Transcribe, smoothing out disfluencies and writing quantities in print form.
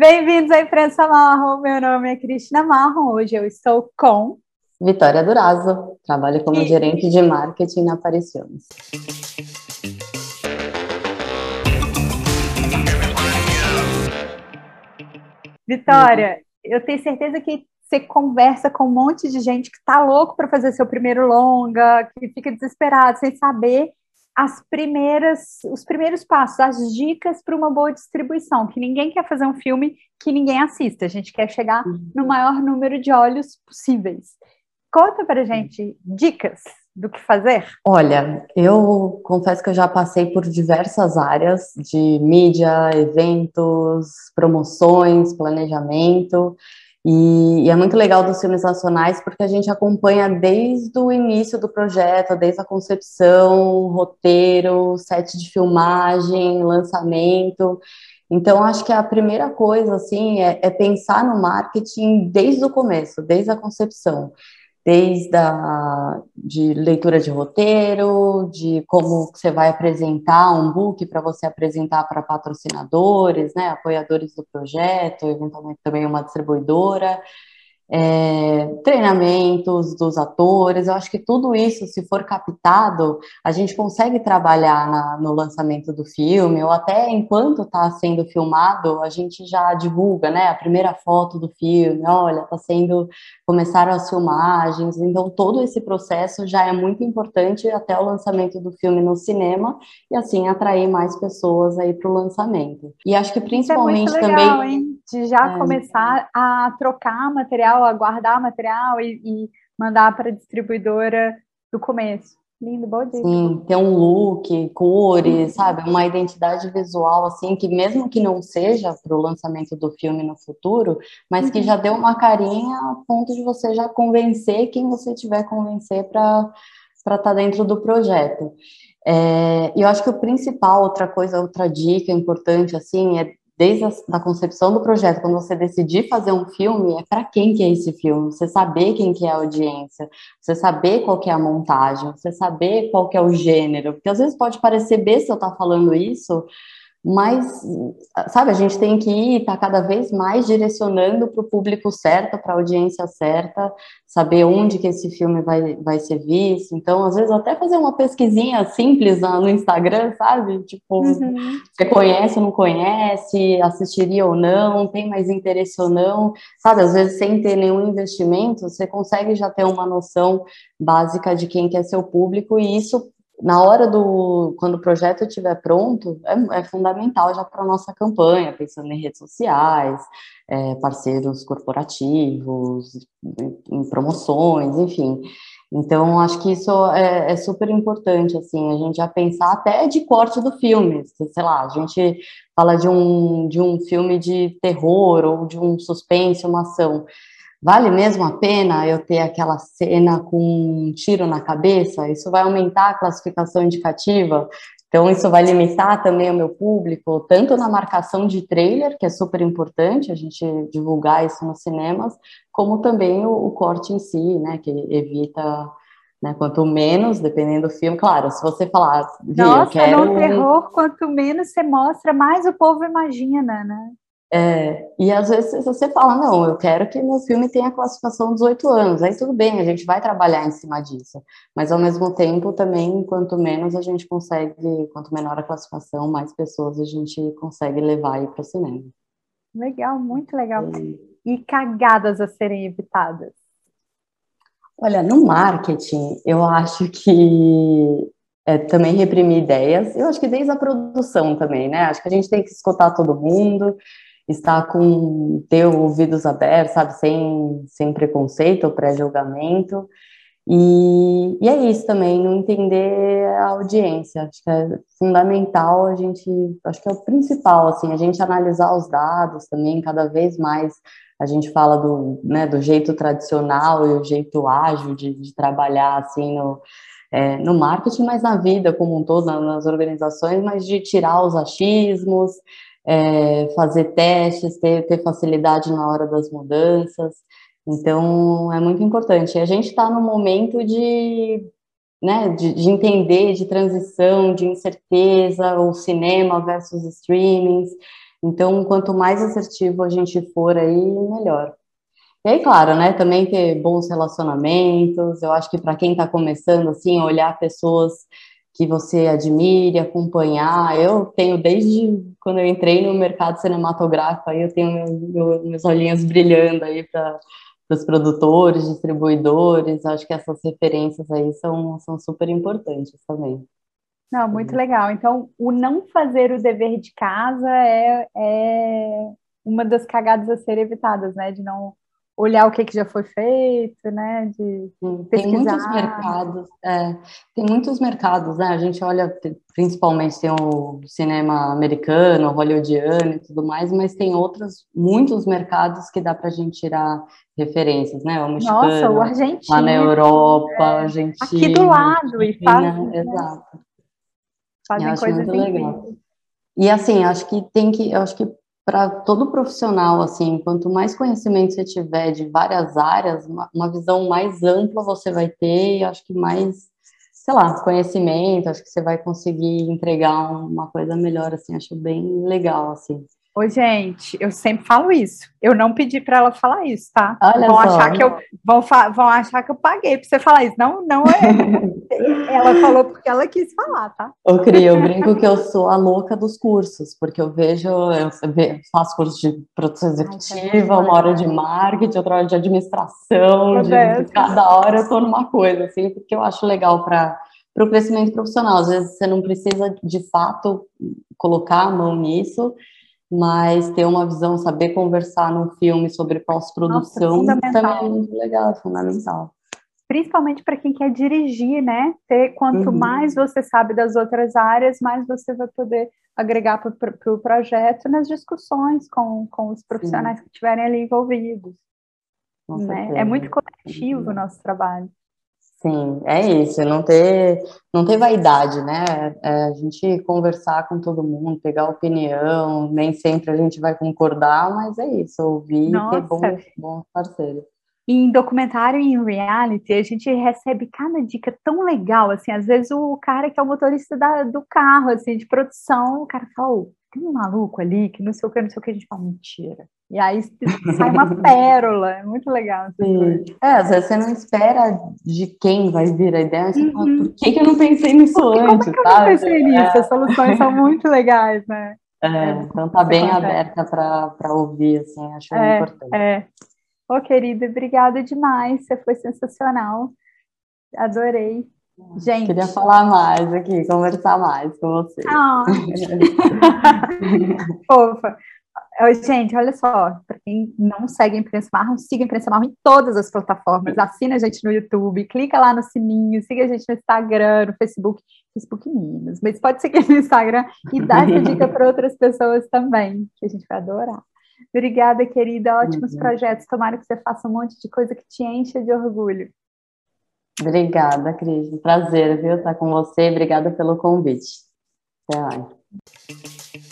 Bem-vindos à Imprensa Marrom. Meu nome é Cristina Marrom. Hoje eu estou com Vitória Durazo, trabalho como gerente de marketing na Apariciones. Vitória. Eu tenho certeza que você conversa com um monte de gente que está louco para fazer seu primeiro longa, que fica desesperado sem saber os primeiros passos, as dicas para uma boa distribuição, que ninguém quer fazer um filme que ninguém assista, a gente quer chegar no maior número de olhos possíveis. Conta para a gente dicas do que fazer. Olha, eu confesso que eu já passei por diversas áreas de mídia, eventos, promoções, planejamento, e é muito legal dos filmes nacionais porque a gente acompanha desde o início do projeto, desde a concepção, roteiro, set de filmagem, lançamento. Então, acho que a primeira coisa, assim, é pensar no marketing desde o começo, desde a concepção. De leitura de roteiro, de como você vai apresentar um book para você apresentar para patrocinadores, né, apoiadores do projeto, eventualmente também uma distribuidora, treinamentos dos atores. Eu acho que tudo isso, se for captado, a gente consegue trabalhar no lançamento do filme, ou até enquanto está sendo filmado, a gente já divulga, né, a primeira foto do filme, olha, começaram as filmagens. Então todo esse processo já é muito importante até o lançamento do filme no cinema, e assim atrair mais pessoas aí para o lançamento. E acho que principalmente isso é muito legal, também... hein? De já começar a trocar material, a guardar material e mandar para a distribuidora do começo. Lindo, boa dica. Sim, ter um look, cores, sabe? Uma identidade visual, assim, que mesmo que não seja para o lançamento do filme no futuro, mas que já dê uma carinha a ponto de você já convencer quem você tiver convencer para estar dentro do projeto. E eu acho que o principal, outra dica importante, assim, é desde a concepção do projeto, quando você decidir fazer um filme, é para quem que é esse filme, você saber quem que é a audiência, você saber qual que é a montagem, você saber qual que é o gênero, porque às vezes pode parecer besta eu estar falando isso, mas, sabe, a gente tem que estar cada vez mais direcionando para o público certo, para a audiência certa, saber onde que esse filme vai ser visto. Então, às vezes, até fazer uma pesquisinha simples no Instagram, sabe? Tipo, você conhece ou não conhece, assistiria ou não, tem mais interesse ou não, sabe? Às vezes, sem ter nenhum investimento, você consegue já ter uma noção básica de quem que é seu público, e isso na hora quando o projeto estiver pronto, é fundamental já para a nossa campanha, pensando em redes sociais, parceiros corporativos, em promoções, enfim. Então, acho que isso é super importante, assim, a gente já pensar até de corte do filme, sei lá, a gente fala de um filme de terror ou de um suspense, uma ação. Vale mesmo a pena eu ter aquela cena com um tiro na cabeça? Isso vai aumentar a classificação indicativa? Então, isso vai limitar também o meu público, tanto na marcação de trailer, que é super importante a gente divulgar isso nos cinemas, como também o corte em si, né, que evita, né, quanto menos, dependendo do filme. Claro, se você falar, eu Nossa, quero... no terror, quanto menos você mostra, mais o povo imagina, né? E às vezes você fala, não, eu quero que meu filme tenha classificação 18 anos, aí tudo bem, a gente vai trabalhar em cima disso, mas ao mesmo tempo também, quanto menos a gente consegue, quanto menor a classificação, mais pessoas a gente consegue levar aí para o cinema. Legal, muito legal. E cagadas a serem evitadas? Olha, no marketing, eu acho que também reprimir ideias, eu acho que desde a produção também, né, acho que a gente tem que escutar todo mundo, ter ouvidos abertos, sabe, sem preconceito ou pré-julgamento, e é isso também, não entender a audiência, acho que é fundamental acho que é o principal, assim, a gente analisar os dados também, cada vez mais a gente fala do jeito tradicional e o jeito ágil de trabalhar, assim, no marketing, mas na vida como um todo, nas organizações, mas de tirar os achismos, fazer testes, ter facilidade na hora das mudanças. Então, é muito importante. A gente está num momento né, de entender, de transição, de incerteza, o cinema versus streamings. Então, quanto mais assertivo a gente for aí, melhor. E aí, claro, né, também ter bons relacionamentos. Eu acho que para quem está começando, assim, olhar pessoas que você admire, acompanhar. Eu tenho desde quando eu entrei no mercado cinematográfico, aí eu tenho meus olhinhos brilhando aí para os produtores, distribuidores. Acho que essas referências aí são super importantes também. Não, muito legal. Então, o não fazer o dever de casa é uma das cagadas a ser evitadas, né? De não olhar o que já foi feito, né? De Tem pesquisar. tem muitos mercados, né? A gente olha, principalmente tem o cinema americano, hollywoodiano e tudo mais, mas tem muitos mercados que dá para a gente tirar referências, né? O Nossa, o mexicano, lá na argentino, Europa, aqui do Argentina, lado, e China, exato. Eu fazem acho coisas muito legal. incríveis. E assim, eu acho que para todo profissional, assim, quanto mais conhecimento você tiver de várias áreas, uma visão mais ampla você vai ter, e acho que mais, sei lá, conhecimento, acho que você vai conseguir entregar uma coisa melhor, assim, acho bem legal, assim. Ô, gente, eu sempre falo isso. Eu não pedi para ela falar isso, tá? Olha Vão só. achar que vão achar que eu paguei para você falar isso. Não, não é. Ela falou porque ela quis falar, tá? Ô, Cri, eu brinco que eu sou a louca dos cursos, porque eu faço curso de produção executiva, uma hora de marketing, outra hora de administração, de cada hora eu tô numa coisa, assim, porque eu acho legal para o crescimento profissional. Às vezes você não precisa, de fato, colocar a mão nisso, mas ter uma visão, saber conversar num filme sobre Nossa, pós-produção também é fundamental. muito legal, é fundamental. Principalmente para quem quer dirigir, né? Quanto mais você sabe das outras áreas, mais você vai poder agregar para o projeto nas discussões com os profissionais que estiverem ali envolvidos. Com Né? certeza. É muito coletivo o nosso trabalho. Sim, é isso, não ter vaidade, né? A gente conversar com todo mundo, pegar opinião, nem sempre a gente vai concordar, mas é isso, ouvir e ter Nossa, bons parceiros. em documentário e em reality, a gente recebe cada dica tão legal, assim, às vezes o cara que é o motorista do carro, assim, de produção, o cara fala, oh, tem um maluco ali que não sei o que, a gente fala, mentira. E aí sai uma pérola, é muito legal essas coisas. Às vezes você não espera de quem vai vir a ideia, você fala, por Uhum. que eu não pensei nisso Como é antes, que eu não sabe? pensei nisso? As soluções são muito legais, né? É bom Então que tá isso bem acontece. aberta para ouvir, assim, acho importante. Ô, querida, obrigada demais, você foi sensacional, adorei. Queria Gente, falar mais aqui, conversar mais com você. fofa. Gente, olha só, para quem não segue a Imprensa Marrom, siga a Imprensa Marrom em todas as plataformas, assina a gente no YouTube, clica lá no sininho, siga a gente no Instagram, no Facebook Minas, mas pode seguir no Instagram e dar essa dica para outras pessoas também, que a gente vai adorar. Obrigada, querida, ótimos projetos, tomara que você faça um monte de coisa que te encha de orgulho. Obrigada, Cris. Um prazer, viu, estar com você. Obrigada pelo convite. Até mais.